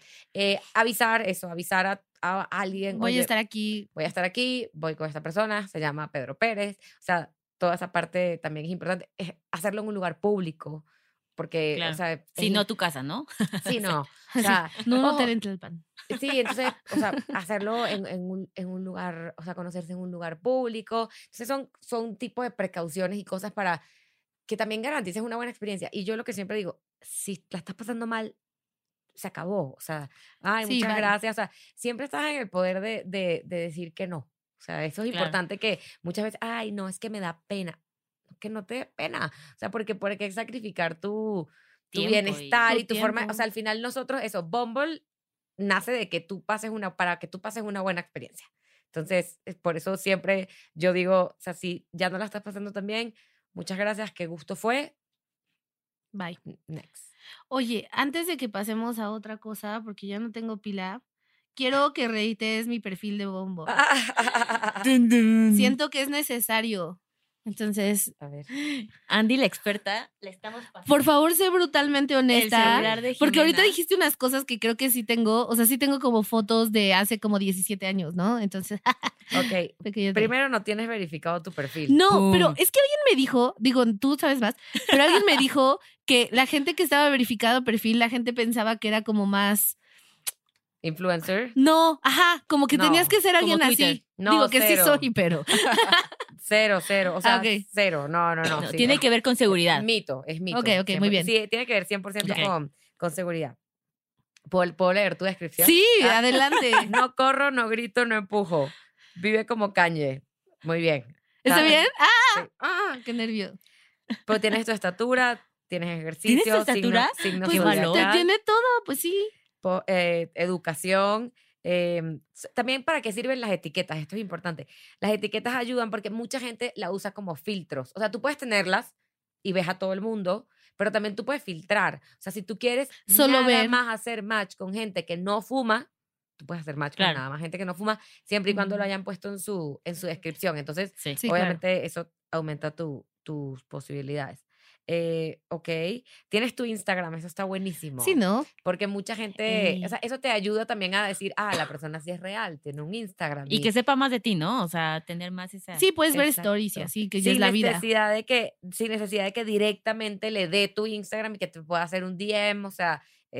avisar a alguien. Voy "Oye, a estar aquí. voy a estar aquí, voy con esta persona, se llama Pedro Pérez. O sea, toda esa parte también es importante. Es hacerlo en un lugar público, porque, Claro. o sea, Si no tu casa, ¿no? sí, no. O sea, No, no ojo, te entre el pan. sí, entonces, o sea, hacerlo en un lugar, o sea, conocerse en un lugar público. Entonces, son un tipo de precauciones y cosas para que también garantices una buena experiencia. Y yo lo que siempre digo, si la estás pasando mal, se acabó. O sea, ay, Sí, muchas bye. gracias. O sea, siempre estás en el poder de decir que no. O sea, eso es Claro. importante que muchas veces, ay, no, es que me da pena. Que no te dé pena. O sea, porque por qué sacrificar tu Tiempo y- bienestar Tu y tu forma. O tiempo. sea, al final nosotros, eso, Bumble nace de que para que tú pases una buena experiencia. Entonces, por eso siempre yo digo, o sea, si ya no la estás pasando tan bien, muchas gracias, qué gusto fue. Bye. Next. Oye, antes de que pasemos a otra cosa, porque ya no tengo pila, quiero que reites mi perfil de Bumble. Siento que es necesario. Entonces, A ver. Andy, la experta, le estamos pasando por favor, sé brutalmente el honesta. celular de Porque ahorita Jimena. dijiste unas cosas que creo que sí tengo, o sea, sí tengo como fotos de hace como 17 años, ¿no? Entonces, Ok, pequeño detalle. primero no tienes verificado tu perfil. No, pero Pum. es que alguien me dijo, digo, tú sabes más, pero alguien me dijo que la gente que estaba verificado perfil, la gente pensaba que era como más influencer. No, ajá, como que No, tenías que ser alguien como Twitter. así. No, Digo que cero. sí soy, pero... Cero, o sea, ok. cero. No. No, Sí, tiene que ver con seguridad. Es mito. Ok, muy bien. Sí, tiene que ver 100% Ok. con seguridad. ¿Puedo leer tu descripción? Sí, adelante. No corro, no grito, no empujo. Vive como Kanye. Muy bien. ¿Está bien? Sí. Qué nervio. Pues tienes tu estatura, tienes ejercicio. ¿Tienes tu estatura? Signos Pues Qué valor. zodiacal, tiene todo, pues sí. educación. También para qué sirven las etiquetas, esto es importante. Las etiquetas ayudan porque mucha gente la usa como filtros. O sea, tú puedes tenerlas y ves a todo el mundo, pero también tú puedes filtrar. O sea, si tú quieres Solo nada ver. más hacer match con gente que no fuma, tú puedes hacer match Claro. con nada más gente que no fuma, siempre y cuando lo hayan puesto en su descripción. Entonces, Sí. Sí, obviamente eso aumenta tus posibilidades. Ok, tienes tu Instagram, eso está buenísimo. Sí, ¿no? Porque mucha gente, o sea, eso te ayuda también a decir, la persona sí es real, tiene un Instagram. Y que sepa más de ti, ¿no? O sea, tener más esa... Sí, puedes ver Exacto. stories y así, que ya es la vida. Sin necesidad de que directamente le dé tu Instagram y que te pueda hacer un DM, o sea,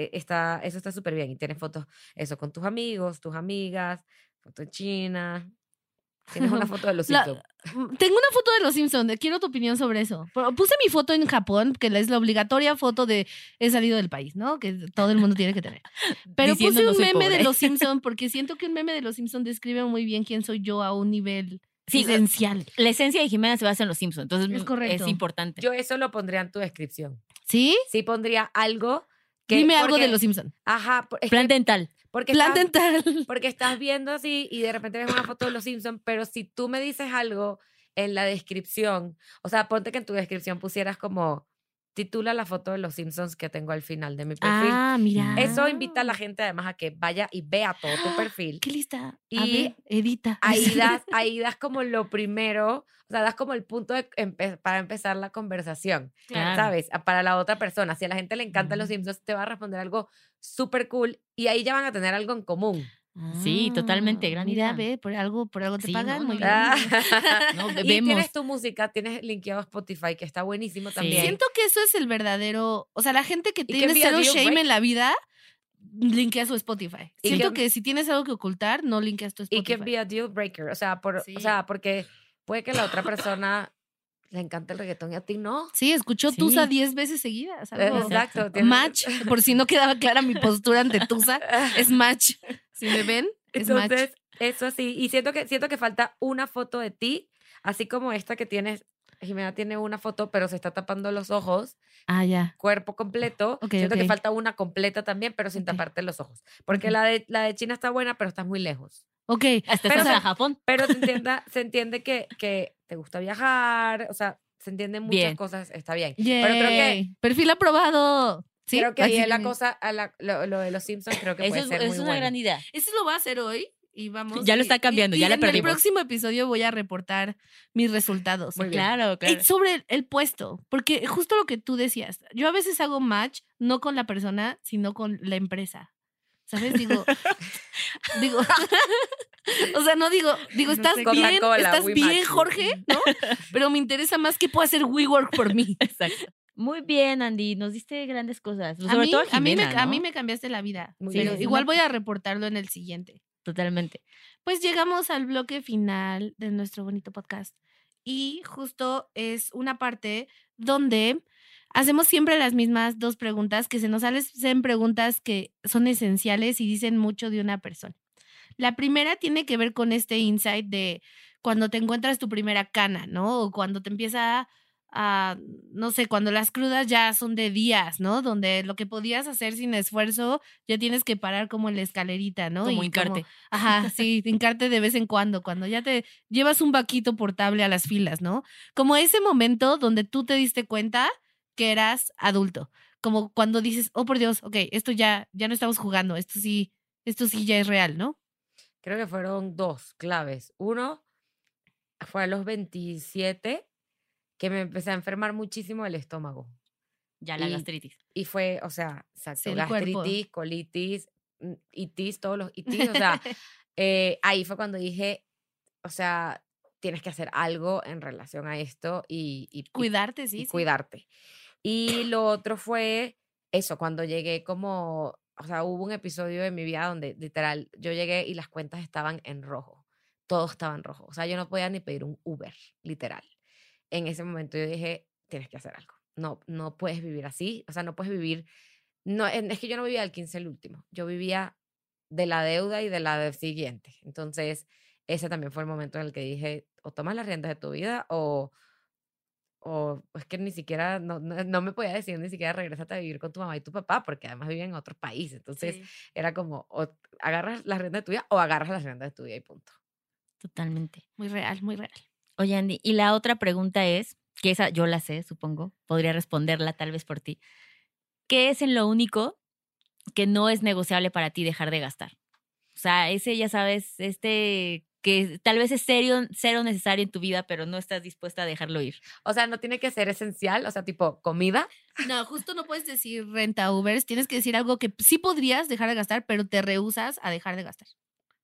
eso está súper bien. Y tienes fotos, eso, con tus amigos, tus amigas, foto en China. Tienes una foto de los Simpsons. Tengo una foto de los Simpsons, quiero tu opinión sobre eso. Puse mi foto en Japón, que es la obligatoria foto de he salido del país, ¿no? Que todo el mundo tiene que tener. Pero Diciendo, puse "No un soy meme pobre". de los Simpsons porque siento que un meme de los Simpsons describe muy bien quién soy yo a un nivel Sí, esencial. La esencia de Jimena se basa en los Simpsons, entonces Es correcto. es importante. Yo eso lo pondría en tu descripción. ¿Sí? Sí pondría algo que... Dime algo porque- de los Simpsons. Ajá, es Plan que- dental. porque Plan estás- dental. Porque estás viendo así y de repente ves una foto de los Simpsons, pero si tú me dices algo en la descripción, o sea, ponte que en tu descripción pusieras como, titula la foto de los Simpsons que tengo al final de mi perfil. Mira. Eso invita a la gente además a que vaya y vea todo tu perfil. Qué lista. A Y ver, edita. Ahí das como lo primero, o sea, das como el punto para empezar la conversación, Claro. ¿sabes? Para la otra persona. Si a la gente le encantan los Simpsons, te va a responder algo súper cool y ahí ya van a tener algo en común. Sí, totalmente, gran Mira, idea. ve, por algo te Sí, pagan. no, Muy no, bien. No, Y vemos. tienes tu música, tienes linkeado Spotify, que está buenísimo Sí. también. Siento que eso es el verdadero. O sea, la gente que que tiene be a cero deal shame breaker. en la vida, linkea su Spotify. Y Siento que- que si tienes algo que ocultar, no linkeas tu Y Spotify. can be a deal breaker, o sea, Sí. porque puede que la otra persona le encante el reggaetón y a ti no. Sí, escuchó Sí. Tusa 10 veces seguidas. algo. Exacto. Match, por si no quedaba clara mi postura ante Tusa, es match. Si me ven, es match. Entonces, eso sí. Y siento que falta una foto de ti, así como esta que tienes. Jimena tiene una foto, pero se está tapando los ojos, Ya. cuerpo completo. Ok, Siento ok. que falta una completa también, pero sin Ok. taparte los ojos. Porque Ok. la de China está buena, pero estás muy lejos. Ok. Hasta Pero, estás o sea, a Japón. Pero se entiende que te gusta viajar, o sea, se entienden muchas Bien. cosas, está bien. Pero creo Yay. Perfil aprobado. ¿Sí? creo que ahí Así es la viene. cosa, lo de los Simpsons creo que Eso puede es, ser eso muy es una bueno. gran idea. Eso lo voy a hacer hoy y vamos. Ya lo está cambiando, ya la en el perdimos. próximo episodio voy a reportar mis resultados. Muy bien. Claro, claro. Sobre el puesto, porque justo lo que tú decías, yo a veces hago match no con la persona, sino con la empresa. ¿Sabes? Digo, o sea, no digo, ¿estás sé, bien? Coca-Cola, ¿Estás We bien, Match. Jorge? ¿No? Pero me interesa más que pueda hacer WeWork por mí. Exacto. Muy bien, Andy. Nos diste grandes cosas. A Sobre mí, todo a a mí Jimena, a ¿no? mí me cambiaste la vida. Muy Pero bien. igual voy a reportarlo en el siguiente. Totalmente. Pues llegamos al bloque final de nuestro bonito podcast y justo es una parte donde hacemos siempre las mismas dos preguntas que se nos hacen preguntas que son esenciales y dicen mucho de una persona. La primera tiene que ver con este insight de cuando te encuentras tu primera cana, ¿no? O cuando te empieza no sé, cuando las crudas ya son de días, ¿no? Donde lo que podías hacer sin esfuerzo ya tienes que parar como en la escalerita, ¿no? Como Y hincarte. Ajá, sí, hincarte de vez en cuando ya te llevas un vaquito portable a las filas, ¿no? Como ese momento donde tú te diste cuenta que eras adulto. Como cuando dices, oh, por Dios, ok, esto ya no estamos jugando, esto sí ya es real, ¿no? Creo que fueron dos claves. Uno fue a los 27 que me empecé a enfermar muchísimo el estómago. Ya la Y- gastritis. Y fue, o sea, exacto, Sí, el cuerpo. gastritis, colitis, itis, todos los itis, o sea, ahí fue cuando dije, o sea, tienes que hacer algo en relación a esto y Cuidarte, y sí. cuidarte. Y lo otro fue eso, cuando llegué como o sea, hubo un episodio de mi vida donde literal yo llegué y las cuentas estaban en rojo. Todo estaba en rojo. O sea, yo no podía ni pedir un Uber, literal. En ese momento yo dije, tienes que hacer algo. No puedes vivir así. O sea, no puedes vivir. No, es que yo no vivía del 15 al último. Yo vivía de la deuda y de la del siguiente. Entonces, ese también fue el momento en el que dije, o tomas las riendas de tu vida o es que ni siquiera, no me podía decir ni siquiera regrésate a vivir con tu mamá y tu papá, porque además vivían en otro país. Entonces, era como, o agarras las riendas de tu vida o agarras las riendas de tu vida y punto. Totalmente. Muy real, muy real. Oye, Andy, y la otra pregunta es, que esa yo la sé, supongo, podría responderla tal vez por ti. ¿Qué es en lo único que no es negociable para ti dejar de gastar? O sea, ese, ya sabes, que tal vez es cero necesario en tu vida, pero no estás dispuesta a dejarlo ir. O sea, no tiene que ser esencial, o sea, tipo comida. No, justo no puedes decir renta Ubers, tienes que decir algo que sí podrías dejar de gastar, pero te rehusas a dejar de gastar.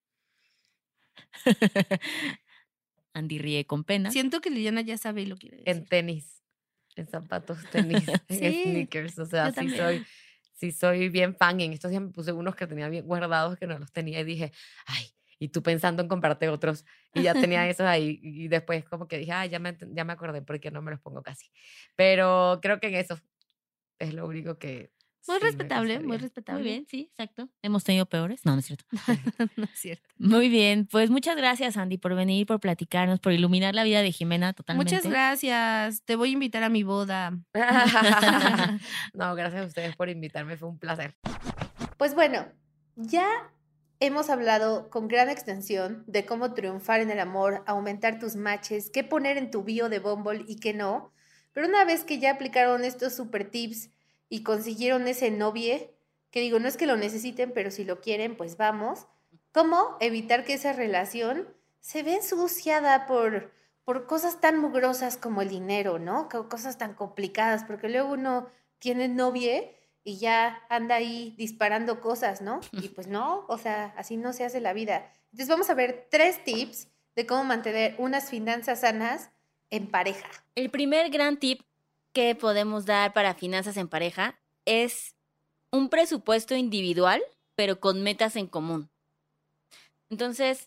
Andy ríe con pena. Siento que Liliana ya sabe y lo quiere decir. En tenis, en zapatos, tenis, en sneakers, o sea, sí soy bien fan. Y en estos días me puse unos que tenía bien guardados que no los tenía y dije, ay, y tú pensando en comprarte otros y ya tenía esos ahí y después como que dije, ay, ya me acordé porque no me los pongo casi. Pero creo que en eso es lo único que Muy sí respetable, me muy gustaría. respetable. Muy bien, sí, exacto. Hemos tenido peores. No, no es cierto. No es cierto. Muy bien, pues muchas gracias, Andy, por venir, por platicarnos, por iluminar la vida de Jimena totalmente. Muchas gracias. Te voy a invitar a mi boda. No, gracias a ustedes por invitarme, fue un placer. Pues bueno, ya hemos hablado con gran extensión de cómo triunfar en el amor, aumentar tus matches, qué poner en tu bio de Bumble y qué no. Pero una vez que ya aplicaron estos super tips y consiguieron ese novie, que digo, no es que lo necesiten, pero si lo quieren, pues vamos. ¿Cómo evitar que esa relación se vea ensuciada por cosas tan mugrosas como el dinero, ¿no? Cosas tan complicadas, porque luego uno tiene novie y ya anda ahí disparando cosas, ¿no? Y pues no, o sea, así no se hace la vida. Entonces vamos a ver 3 tips de cómo mantener unas finanzas sanas en pareja. El primer gran tip que podemos dar para finanzas en pareja es un presupuesto individual, pero con metas en común. Entonces,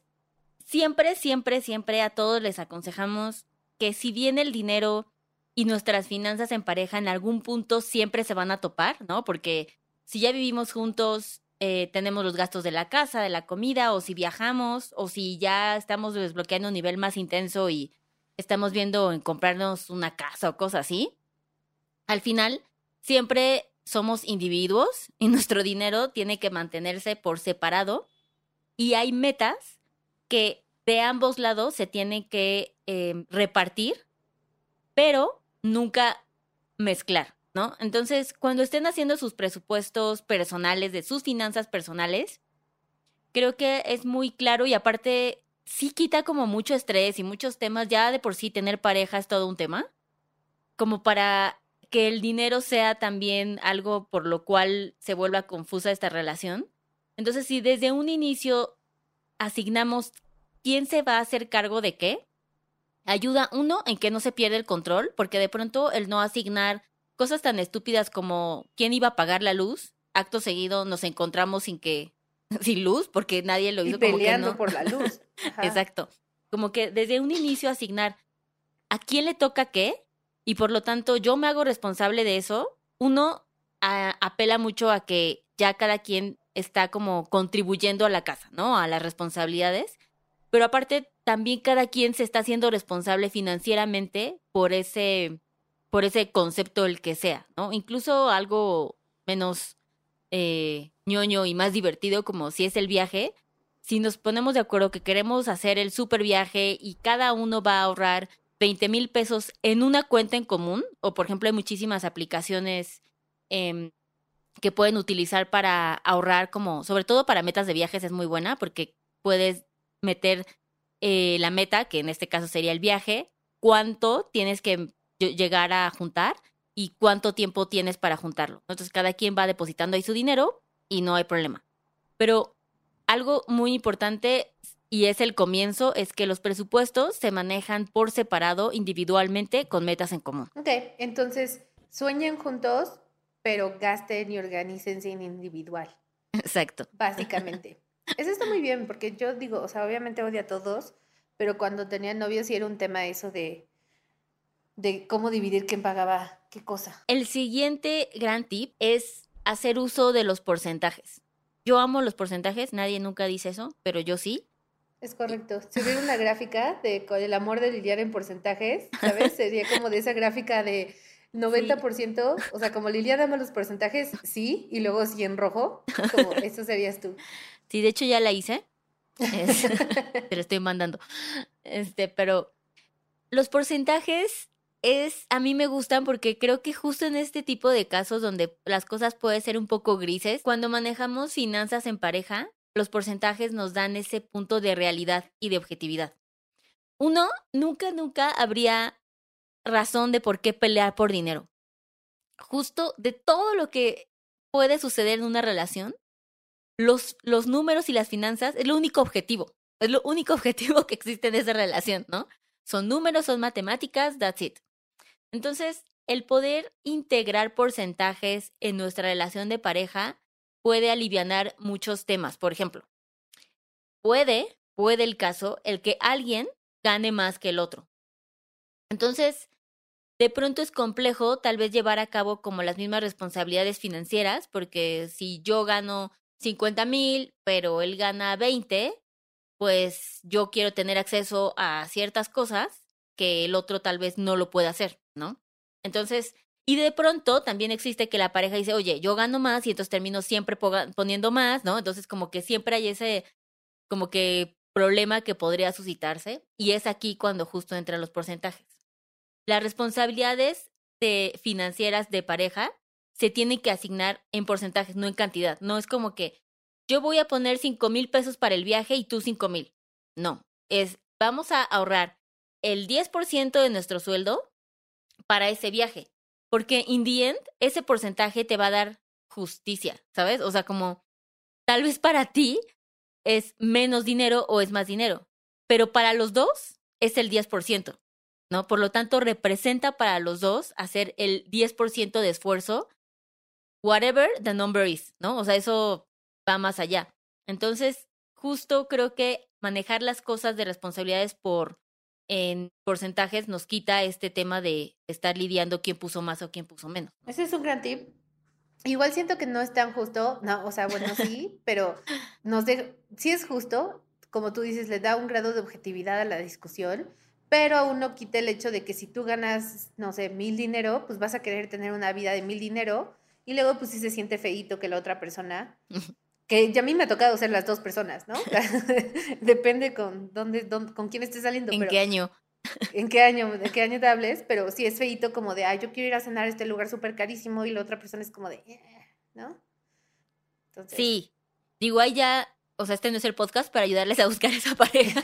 siempre a todos les aconsejamos que si bien el dinero y nuestras finanzas en pareja en algún punto siempre se van a topar, ¿no? Porque si ya vivimos juntos, tenemos los gastos de la casa, de la comida, o si viajamos, o si ya estamos desbloqueando un nivel más intenso y estamos viendo en comprarnos una casa o cosas así. Al final, siempre somos individuos y nuestro dinero tiene que mantenerse por separado y hay metas que de ambos lados se tienen que repartir, pero nunca mezclar, ¿no? Entonces, cuando estén haciendo sus presupuestos personales, de sus finanzas personales, creo que es muy claro y aparte sí quita como mucho estrés y muchos temas. Ya de por sí tener pareja es todo un tema, como para que el dinero sea también algo por lo cual se vuelva confusa esta relación. Entonces, si desde un inicio asignamos quién se va a hacer cargo de qué, ayuda uno en que no se pierda el control, porque de pronto el no asignar cosas tan estúpidas como quién iba a pagar la luz, acto seguido nos encontramos sin luz, porque nadie lo hizo. Y peleando como que no. por la luz. Ajá. Exacto. Como que desde un inicio asignar a quién le toca qué, y por lo tanto yo me hago responsable de eso. Uno apela mucho a que ya cada quien está como contribuyendo a la casa, ¿no? A las responsabilidades. Pero aparte, también cada quien se está haciendo responsable financieramente por ese concepto, el que sea, ¿no? Incluso algo menos ñoño y más divertido, como si es el viaje. Si nos ponemos de acuerdo que queremos hacer el super viaje y cada uno va a ahorrar 20,000 pesos en una cuenta en común, o por ejemplo hay muchísimas aplicaciones que pueden utilizar para ahorrar, como sobre todo para metas de viajes es muy buena, porque puedes meter la meta, que en este caso sería el viaje, cuánto tienes que llegar a juntar y cuánto tiempo tienes para juntarlo. Entonces cada quien va depositando ahí su dinero y no hay problema. Pero algo muy importante, y es el comienzo, es que los presupuestos se manejan por separado, individualmente, con metas en común. Ok, entonces sueñen juntos, pero gasten y organícense en individual. Exacto. Básicamente. Eso está muy bien, porque yo digo, o sea, obviamente odio a todos, pero cuando tenía novios sí era un tema eso de cómo dividir quién pagaba qué cosa. El siguiente gran tip es hacer uso de los porcentajes. Yo amo los porcentajes, nadie nunca dice eso, pero yo sí. Es correcto. Si hubiera una gráfica con el amor de Liliana en porcentajes, ¿sabes? Sería como de esa gráfica de 90%, o sea, como Liliana ama los porcentajes, sí, y luego sí en rojo, como eso serías tú. Sí, de hecho ya la hice. Te lo estoy mandando. Pero los porcentajes a mí me gustan porque creo que justo en este tipo de casos donde las cosas pueden ser un poco grises, cuando manejamos finanzas en pareja, los porcentajes nos dan ese punto de realidad y de objetividad. Uno, nunca habría razón de por qué pelear por dinero. Justo de todo lo que puede suceder en una relación, los números y las finanzas es lo único objetivo. Es lo único objetivo que existe en esa relación, ¿no? Son números, son matemáticas, that's it. Entonces, el poder integrar porcentajes en nuestra relación de pareja puede alivianar muchos temas. Por ejemplo, puede el caso el que alguien gane más que el otro. Entonces, de pronto es complejo tal vez llevar a cabo como las mismas responsabilidades financieras, porque si yo gano 50,000, pero él gana 20, pues yo quiero tener acceso a ciertas cosas que el otro tal vez no lo pueda hacer, ¿no? Entonces, y de pronto también existe que la pareja dice, oye, yo gano más y entonces termino siempre poniendo más, ¿no? Entonces como que siempre hay ese como que problema que podría suscitarse y es aquí cuando justo entran los porcentajes. Las responsabilidades financieras de pareja se tienen que asignar en porcentajes, no en cantidad. No es como que yo voy a poner 5,000 pesos para el viaje y tú 5,000. No, vamos a ahorrar el 10% de nuestro sueldo para ese viaje. Porque in the end, ese porcentaje te va a dar justicia, ¿sabes? O sea, como tal vez para ti es menos dinero o es más dinero, pero para los dos es el 10%, ¿no? Por lo tanto, representa para los dos hacer el 10% de esfuerzo, whatever the number is, ¿no? O sea, eso va más allá. Entonces, justo creo que manejar las cosas de responsabilidades en porcentajes nos quita este tema de estar lidiando quién puso más o quién puso menos. Ese es un gran tip. Igual siento que no es tan justo, no, o sea, bueno, sí, pero sí es justo, como tú dices, le da un grado de objetividad a la discusión, pero aún no quita el hecho de que si tú ganas, no sé, 1,000 dinero, pues vas a querer tener una vida de 1,000 dinero, y luego pues sí se siente feíto que la otra persona, que ya a mí me ha tocado ser las dos personas, ¿no? Depende con con quién estés saliendo. ¿En qué año? ¿En qué año? ¿De qué año te hables? Pero sí es feíto como de, ay, yo quiero ir a cenar a este lugar súper carísimo y la otra persona es como de, ¿no? Entonces... Sí, digo, ahí ya, o sea, este no es el podcast para ayudarles a buscar esa pareja.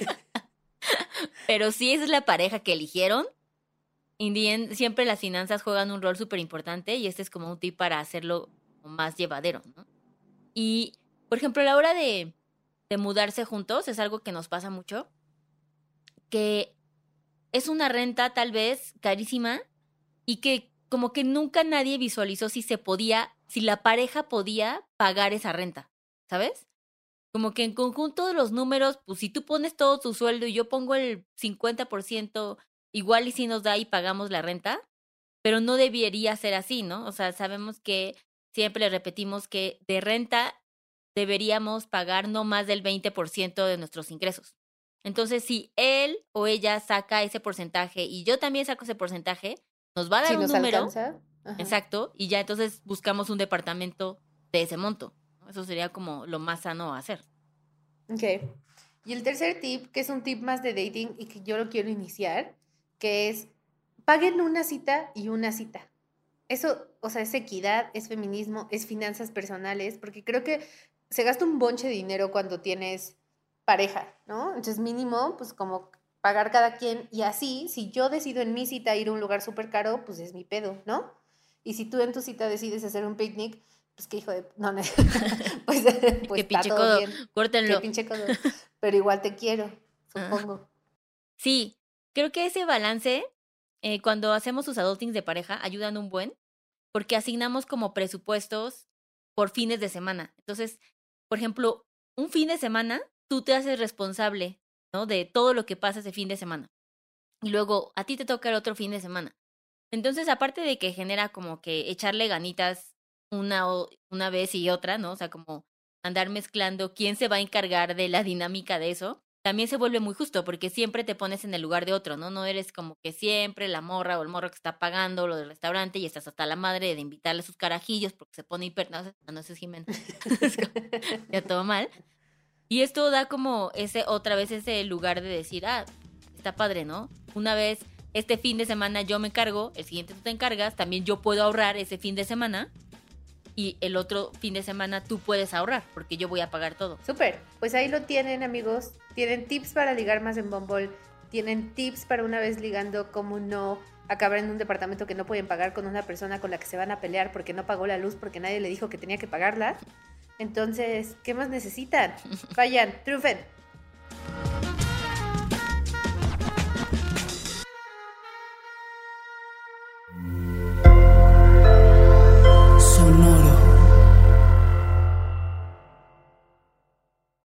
Pero sí, esa es la pareja que eligieron. In the end, siempre las finanzas juegan un rol súper importante y este es como un tip para hacerlo más llevadero, ¿no? Y, por ejemplo, a la hora de mudarse juntos, es algo que nos pasa mucho, que es una renta tal vez carísima y que como que nunca nadie visualizó si la pareja podía pagar esa renta, ¿sabes? Como que en conjunto de los números, pues si tú pones todo tu sueldo y yo pongo el 50%, igual y si nos da y pagamos la renta, pero no debería ser así, ¿no? O sea, sabemos que siempre le repetimos que de renta deberíamos pagar no más del 20% de nuestros ingresos. Entonces, si él o ella saca ese porcentaje y yo también saco ese porcentaje, nos va a dar un número. Exacto, y ya entonces buscamos un departamento de ese monto. Eso sería como lo más sano a hacer. Ok. Y el tercer tip, que es un tip más de dating y que yo lo quiero iniciar, que es paguen una cita y una cita. Eso, o sea, es equidad, es feminismo, es finanzas personales, porque creo que se gasta un bonche de dinero cuando tienes pareja, ¿no? Entonces mínimo, pues como pagar cada quien y así, si yo decido en mi cita ir a un lugar súper caro, pues es mi pedo, ¿no? Y si tú en tu cita decides hacer un picnic, pues qué hijo de... No, pues qué pinche codo, bien. Córtenlo. Qué pinche codo, pero igual te quiero, supongo. Sí, creo que ese balance, cuando hacemos sus adultings de pareja, ayudan un buen, porque asignamos como presupuestos por fines de semana. Entonces, por ejemplo, un fin de semana, tú te haces responsable, ¿no? De todo lo que pasa ese fin de semana. Y luego a ti te toca el otro fin de semana. Entonces, aparte de que genera como que echarle ganitas una vez y otra, ¿no? O sea, como andar mezclando quién se va a encargar de la dinámica de eso, también se vuelve muy justo porque siempre te pones en el lugar de otro, ¿no? No eres como que siempre la morra o el morro que está pagando lo del restaurante y estás hasta la madre de invitarle sus carajillos porque se pone hiper... No, eso es Jimena. Ya todo mal. Y esto da como otra vez ese lugar de decir, está padre, ¿no? Una vez este fin de semana yo me encargo, el siguiente tú te encargas, también yo puedo ahorrar ese fin de semana y el otro fin de semana tú puedes ahorrar porque yo voy a pagar todo. Súper, pues ahí lo tienen, amigos. Tienen tips para ligar más en Bumble, tienen tips para una vez ligando cómo no acabar en un departamento que no pueden pagar con una persona con la que se van a pelear porque no pagó la luz porque nadie le dijo que tenía que pagarla. Entonces, ¿qué más necesitan? Vayan, triunfen.